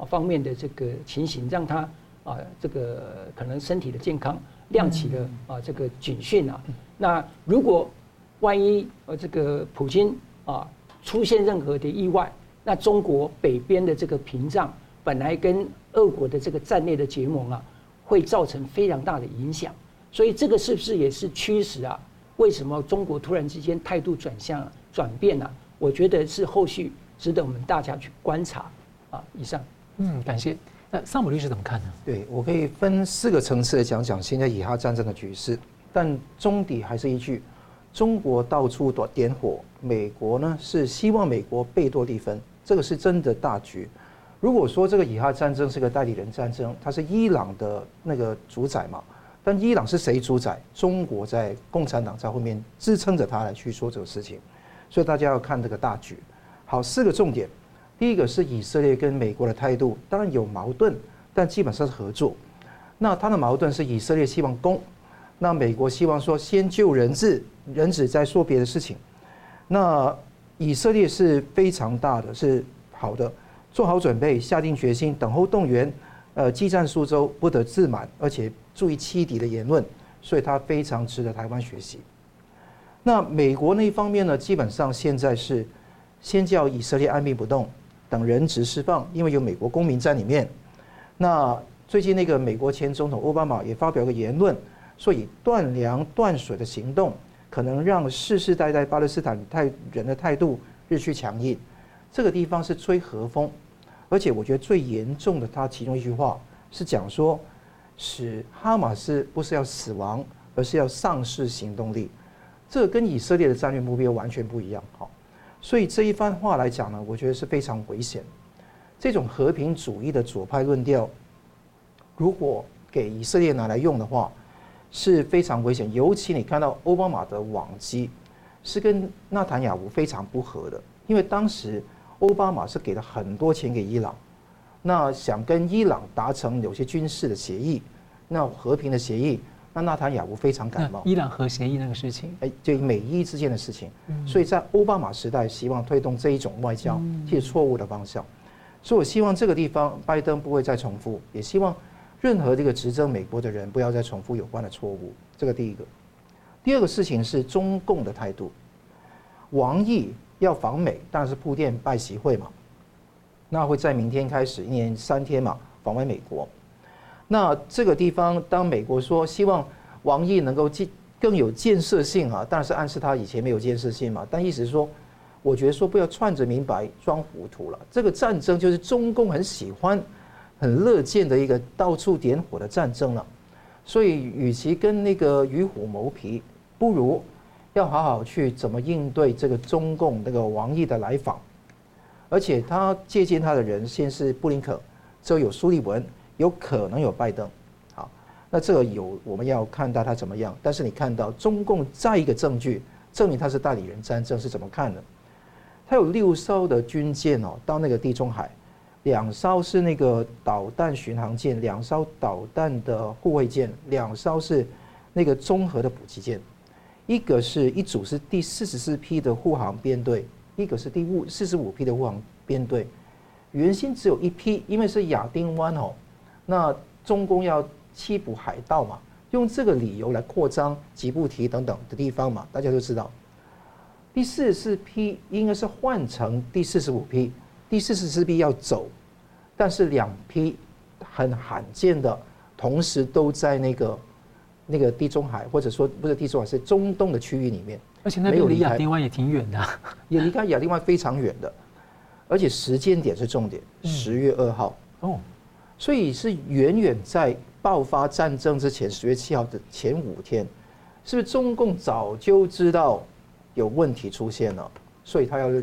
[SPEAKER 2] 方面的这个情形，让他这个可能身体的健康亮起了这个警讯啊。那如果万一这个普京出现任何的意外，那中国北边的这个屏障本来跟俄国的这个战略的结盟会造成非常大的影响。所以这个是不是也是驱使为什么中国突然之间态度转变呢？我觉得是后续值得我们大家去观察以上。
[SPEAKER 3] 感谢。那萨姆律师怎么看呢？
[SPEAKER 1] 对，我可以分4个层次来讲讲现在以哈战争的局势，但终底还是一句：中国到处点火，美国呢是希望美国贝多利分，这个是真的大局。如果说这个以哈战争是个代理人战争，它是伊朗的那个主宰嘛，但伊朗是谁主宰？中国在共产党在后面支撑着他来去说这个事情，所以大家要看这个大局。好，4个重点。第一个是以色列跟美国的态度，当然有矛盾，但基本上是合作。那他的矛盾是以色列希望攻，那美国希望说先救人质，人质再说别的事情。那以色列是非常大的，是好的，做好准备，下定决心，等候动员，激战数周，不得自满，而且注意欺敌的言论，所以他非常值得台湾学习。那美国那一方面呢，基本上现在是先叫以色列按兵不动。等人质释放，因为有美国公民在里面。那最近那个美国前总统奥巴马也发表个言论，说以断粮断水的行动，可能让世世代代巴勒斯坦人的态度日趋强硬。这个地方是吹和风，而且我觉得最严重的，他其中一句话是讲说，使哈马斯不是要死亡，而是要丧失行动力。这跟以色列的战略目标完全不一样。好。所以这一番话来讲呢，我觉得是非常危险。这种和平主义的左派论调，如果给以色列拿来用的话，是非常危险。尤其你看到奥巴马的网击，是跟纳坦雅胡非常不合的，因为当时奥巴马是给了很多钱给伊朗，那想跟伊朗达成有些军事的协议，那和平的协议。那纳坦雅胡非常感冒，
[SPEAKER 3] 伊朗核协议那个事情，
[SPEAKER 1] 就美伊之间的事情，所以在奥巴马时代希望推动这一种外交，其实错误的方向。所以我希望这个地方拜登不会再重复，也希望任何这个执政美国的人不要再重复有关的错误。这个第一个。第二个事情是中共的态度，王毅要访美，当然是铺垫拜习会嘛，那会在明天开始，1连3天嘛，访问美国。那这个地方，当美国说希望王毅能够更有建设性当然是暗示他以前没有建设性嘛。但意思是说，我觉得说不要串着明白装糊涂了。这个战争就是中共很喜欢、很乐见的一个到处点火的战争了。所以，与其跟那个与虎谋皮，不如要好好去怎么应对这个中共那个王毅的来访。而且他接见他的人，先是布林肯，之后有苏利文。有可能有拜登，好，那这个我们要看到他怎么样。但是你看到中共再一个证据证明他是代理人战争是怎么看的？他有6艘的军舰到那个地中海，2艘是那个导弹巡航舰，2艘导弹的护卫舰，2艘是那个综合的补给舰，一组是第44批的护航编队，一个是第45批的护航编队。原先只有1批，因为是亚丁湾那中共要缉捕海盗嘛，用这个理由来扩张吉布提等等的地方嘛，大家都知道。第44批应该是换成第45批，第44批要走，但是2批很罕见的，同时都在那个地中海，或者说不是地中海，是中东的区域里面，
[SPEAKER 3] 而且那边离亚丁湾也挺远的，
[SPEAKER 1] 也离开亚丁湾非常远的，而且时间点是重点，10月2号哦。所以是远远在爆发战争之前，10月7号的前5天，是不是中共早就知道有问题出现了？所以他要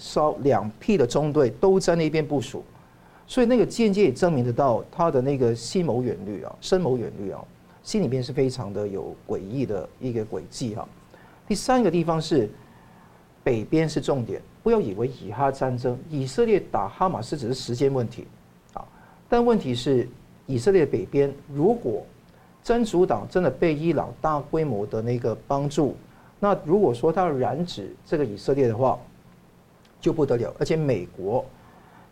[SPEAKER 1] 2批的中队都在那边部署，所以那个间接也证明得到他的那个深谋远虑心里面是非常的有诡异的一个轨迹第3个地方是北边是重点，不要以为以哈战争，以色列打哈马斯只是时间问题。但问题是，以色列北边如果真主党真的被伊朗大规模的那个帮助，那如果说他要染指这个以色列的话，就不得了。而且美国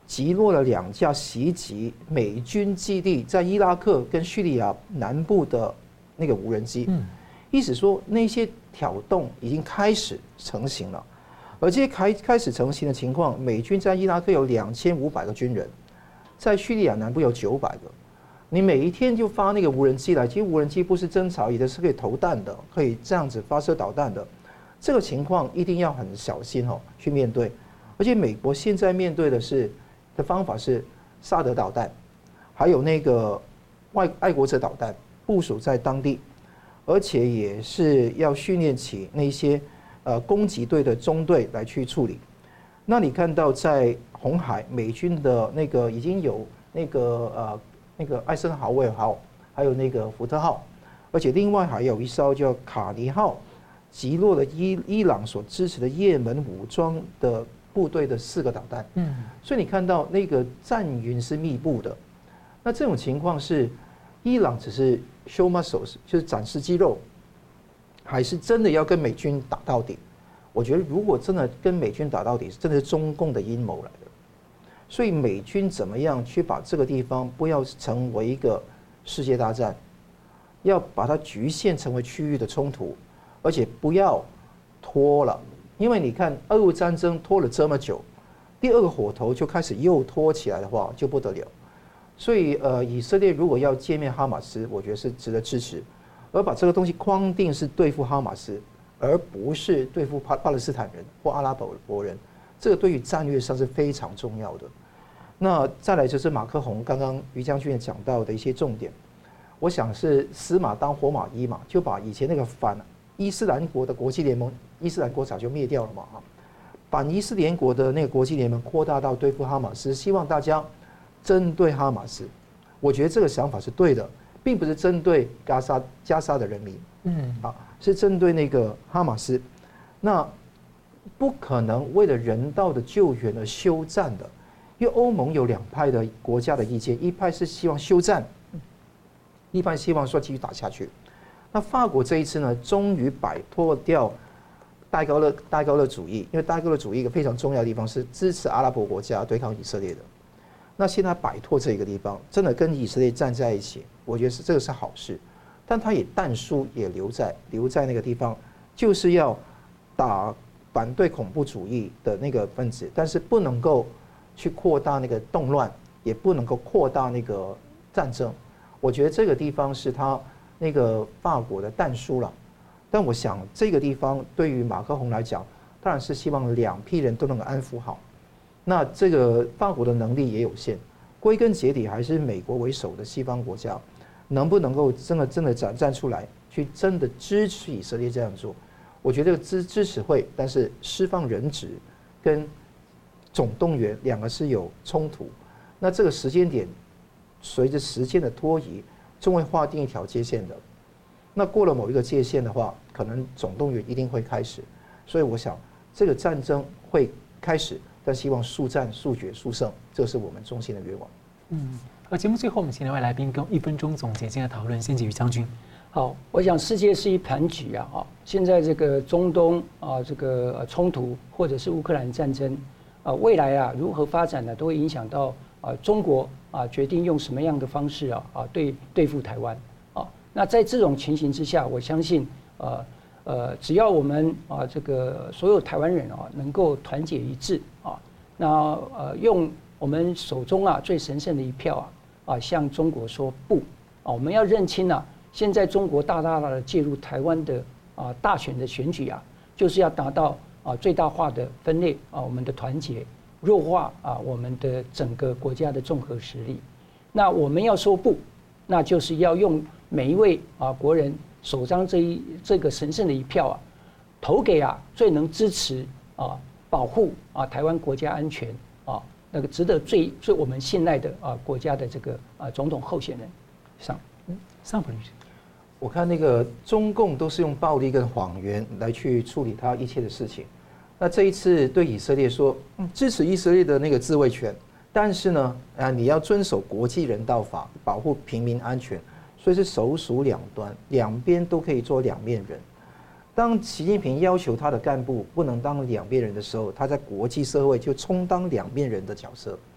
[SPEAKER 1] 击落了2架袭击美军基地在伊拉克跟叙利亚南部的那个无人机。意思说那些挑动已经开始成型了，而这些开始成型的情况，美军在伊拉克有2500个军人，在叙利亚南部有900个。你每一天就发那个无人机来，其实无人机不是侦察，也的是可以投弹的，可以这样子发射导弹的。这个情况一定要很小心去面对。而且美国现在面对的方法是萨德导弹，还有那个爱国者导弹部署在当地，而且也是要训练起那些攻击队的中队来去处理。那你看到在红海，美军的那个已经有那个艾森豪威尔号，还有那个福特号，而且另外还有一艘叫卡尼号，击落了伊朗所支持的也门武装的部队的4个导弹。所以你看到那个战云是密布的。那这种情况是伊朗只是 show muscles， 就是展示肌肉，还是真的要跟美军打到底？我觉得如果真的跟美军打到底，是真的是中共的阴谋来的。所以美军怎么样去把这个地方不要成为一个世界大战，要把它局限成为区域的冲突，而且不要拖了。因为你看俄乌战争拖了这么久，第2个火头就开始又拖起来的话，就不得了。所以以色列如果要歼灭哈马斯，我觉得是值得支持，而把这个东西框定是对付哈马斯，而不是对付巴勒斯坦人或阿拉伯人。这个对于战略上是非常重要的。那再来就是马克宏刚刚于将军也讲到的一些重点，我想是死马当活马医嘛，就把以前那个反伊斯兰国的国际联盟，伊斯兰国早就灭掉了嘛，反伊斯兰国的那个国际联盟扩大到对付哈马斯，希望大家针对哈马斯。我觉得这个想法是对的，并不是针对加沙的人民，是针对那个哈马斯。那不可能为了人道的救援而休战的，因为欧盟有2派的国家的意见，一派是希望休战，一派希望说继续打下去。那法国这一次呢，终于摆脱掉戴高乐主义，因为戴高乐主义一个非常重要的地方是支持阿拉伯国家对抗以色列的。那现在摆脱这个地方，真的跟以色列站在一起，我觉得这个是好事。但他也弹书也留在那个地方，就是要打反对恐怖主义的那个分子，但是不能够去扩大那个动乱，也不能够扩大那个战争。我觉得这个地方是他那个法国的弹书了。但我想这个地方对于马克宏来讲，当然是希望2批人都能够安抚好。那这个法国的能力也有限，归根结底还是美国为首的西方国家能不能够真的站出来，去真的支持以色列这样做。我觉得支持会，但是释放人质跟总动员2个是有冲突。那这个时间点随着时间的拖移，终会划定一条界限的。那过了某一个界限的话，可能总动员一定会开始。所以我想这个战争会开始，但希望速战速决速胜，这是我们衷心的愿望。
[SPEAKER 3] 而节目最后，我们请2位来宾跟1分钟总结今天的讨论。先给于将军。
[SPEAKER 2] 好，我想世界是一盘棋啊，现在这个中东这个冲突或者是乌克兰战争未来如何发展呢，都会影响到中国决定用什么样的方式对付台湾那在这种情形之下，我相信只要我们这个所有台湾人能够团结一致那用我们手中最神圣的一票向中国说不我们要认清现在中国大大的介入台湾的大选的选举就是要达到最大化的分裂我们的团结，弱化我们的整个国家的综合实力。那我们要说不，那就是要用每一位国人手上这个神圣的一票投给最能支持保护台湾国家安全那个值得最我们信赖的国家的这个总统候选人
[SPEAKER 3] 上普律师。
[SPEAKER 1] 我看那个中共都是用暴力跟谎言来去处理他一切的事情。那这一次对以色列说，支持以色列的那个自卫权，但是呢，你要遵守国际人道法，保护平民安全，所以是手鼠两端，两边都可以做两面人。当习近平要求他的干部不能当两边人的时候，他在国际社会就充当两面人的角色。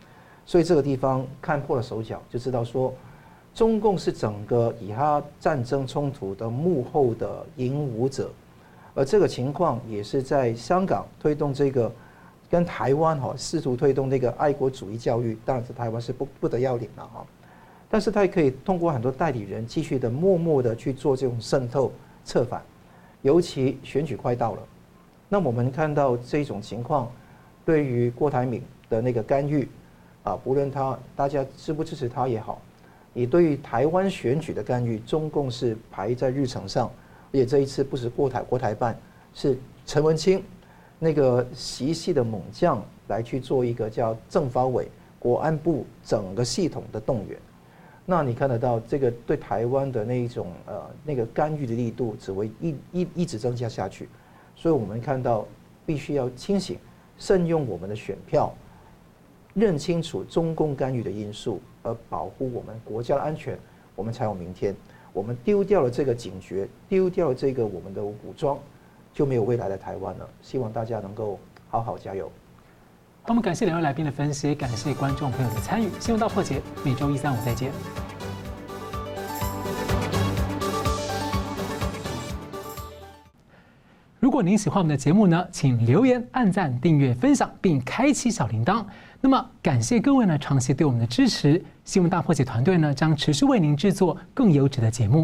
[SPEAKER 1] 所以这个地方看破了手脚，就知道说，中共是整个以哈战争冲突的幕后的引武者，而这个情况也是在香港推动这个，跟台湾试图推动那个爱国主义教育，当然在台湾是不得要领了哈，但是他也可以通过很多代理人继续的默默的去做这种渗透策反，尤其选举快到了，那我们看到这种情况，对于郭台铭的那个干预。不论大家支不支持他也好，你对于台湾选举的干预，中共是排在日程上，而且这一次不是国台办，是陈文清那个习系的猛将来去做一个叫政法委、国安部整个系统的动员。那你看得到这个对台湾的那一种那个干预的力度只会一直增加下去，所以我们看到必须要清醒，慎用我们的选票。认清楚中共干预的因素，而保护我们国家的安全，我们才有明天。我们丢掉了这个警觉，丢掉了这个我们的武装，就没有未来的台湾了。希望大家能够好好加油。
[SPEAKER 3] 我们感谢两位来宾的分析，感谢观众朋友的参与。新闻大破解，每周1、3、5再见。如果您喜欢我们的节目呢，请留言、按赞、订阅、分享，并开启小铃铛。那么，感谢各位呢长期对我们的支持。新闻大破解团队呢将持续为您制作更优质的节目。